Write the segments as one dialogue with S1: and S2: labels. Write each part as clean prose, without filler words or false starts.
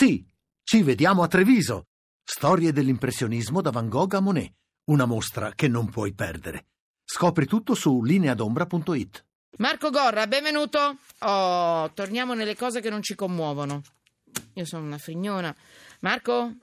S1: Sì, ci vediamo a Treviso. Storie dell'impressionismo da Van Gogh a Monet. Una mostra che non puoi perdere. Scopri tutto su lineadombra.it.
S2: Marco Gorra, benvenuto. Torniamo nelle cose che non ci commuovono. Io sono una frignona. Marco?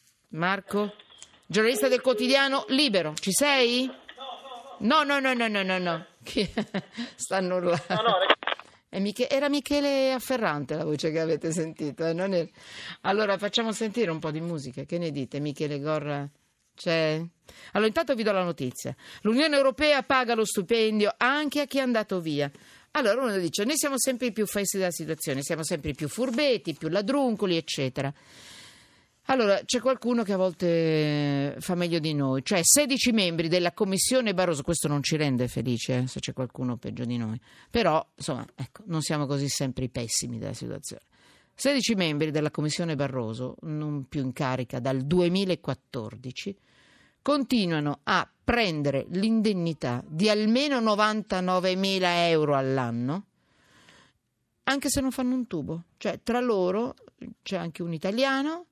S2: Giornalista del quotidiano Libero, ci sei? No. Chi stanno urlando? Era Michele Afferrante la voce che avete sentito. Allora facciamo sentire un po' di musica. Che ne dite, Michele Gorra? C'è? Allora intanto vi do la notizia. L'Unione Europea paga lo stipendio anche a chi è andato via. Allora uno dice: noi siamo sempre i più fessi della situazione, siamo sempre i più furbetti, più ladruncoli, eccetera. Allora c'è qualcuno che a volte fa meglio di noi, cioè 16 membri della Commissione Barroso. Questo non ci rende felici, se c'è qualcuno peggio di noi, però insomma, ecco, non siamo così sempre i pessimi della situazione. 16 membri della Commissione Barroso, non più in carica dal 2014, continuano a prendere l'indennità di almeno 99.000 euro all'anno, anche se non fanno un tubo. Cioè tra loro c'è anche un italiano.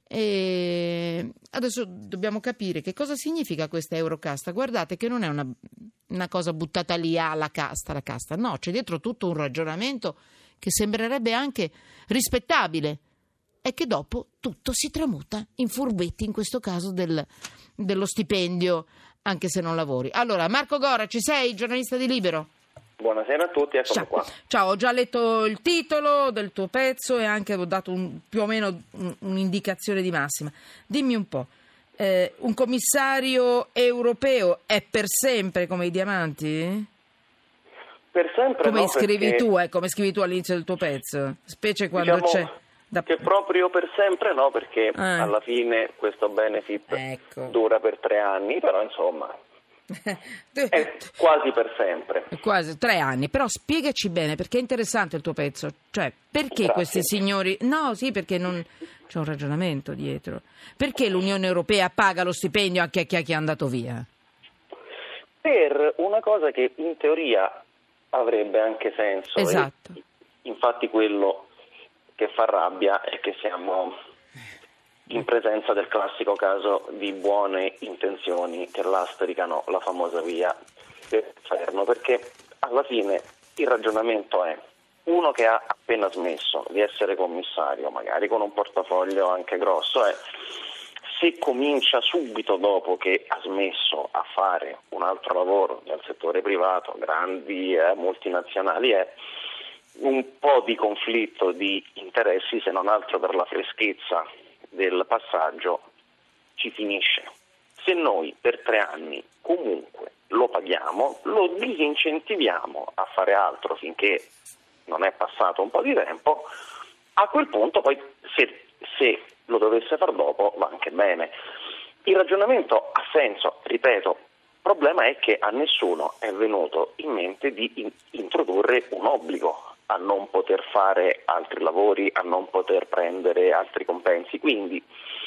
S2: E adesso dobbiamo capire che cosa significa questa Eurocasta. Guardate che non è una cosa buttata lì la casta, no, c'è dietro tutto un ragionamento che sembrerebbe anche rispettabile e che dopo tutto si tramuta in furbetti, in questo caso dello stipendio anche se non lavori. Allora, Marco Gorra, ci sei? Giornalista di Libero?
S3: Buonasera a tutti, eccomi qua.
S2: Ciao, ho già letto il titolo del tuo pezzo e anche ho dato più o meno un'indicazione di massima. Dimmi un po', un commissario europeo è per sempre come i diamanti?
S3: Per sempre
S2: come
S3: no,
S2: scrivi
S3: perché,
S2: come scrivi tu all'inizio del tuo pezzo, specie quando
S3: diciamo
S2: c'è...
S3: che proprio per sempre no, perché alla fine questo benefit dura per 3 anni, però insomma... è quasi per sempre.
S2: Quasi 3 anni, però spiegaci bene, perché è interessante il tuo pezzo. Cioè, perché
S3: Grazie.
S2: Questi signori... No, sì, perché non c'è un ragionamento dietro. Perché l'Unione Europea paga lo stipendio anche a chi è andato via?
S3: Per una cosa che in teoria avrebbe anche senso.
S2: Esatto.
S3: Infatti quello che fa rabbia è che siamo in presenza del classico caso di buone intenzioni che lastricano la famosa via dell'inferno, perché alla fine il ragionamento è: uno che ha appena smesso di essere commissario, magari con un portafoglio anche grosso, se comincia subito dopo che ha smesso a fare un altro lavoro nel settore privato, grandi multinazionali, è un po' di conflitto di interessi, se non altro per la freschezza del passaggio, ci finisce. Se noi per 3 anni comunque lo paghiamo, lo disincentiviamo a fare altro finché non è passato un po' di tempo, a quel punto poi se lo dovesse far dopo va anche bene. Il ragionamento ha senso, ripeto, il problema è che a nessuno è venuto in mente di introdurre un obbligo a non poter fare altri lavori, a non poter prendere altri compensi. Quindi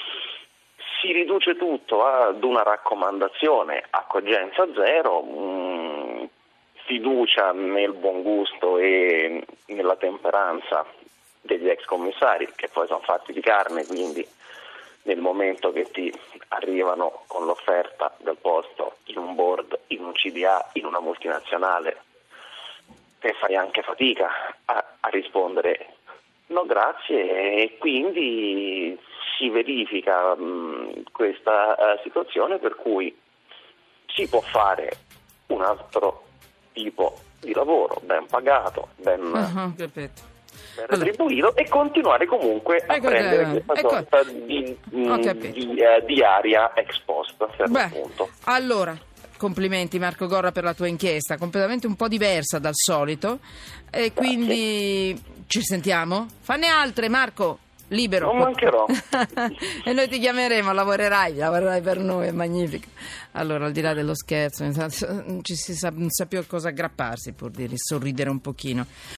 S3: si riduce tutto ad una raccomandazione a cogenza zero, fiducia nel buon gusto e nella temperanza degli ex commissari, che poi sono fatti di carne, quindi nel momento che ti arrivano con l'offerta del posto in un board, in un CDA, in una multinazionale, te fai anche fatica a rispondere no grazie, e quindi si verifica questa situazione per cui si può fare un altro tipo di lavoro ben pagato, ben retribuito, e continuare comunque a prendere questa sorta di aria ex post per l'appunto.
S2: Allora, complimenti Marco Gorra per la tua inchiesta, completamente un po' diversa dal solito, e quindi ci sentiamo? Fanne altre, Marco, Libero.
S3: Non mancherò.
S2: E noi ti chiameremo, lavorerai per noi, è magnifico. Allora, al di là dello scherzo, non sa più a cosa aggrapparsi pur di sorridere un pochino.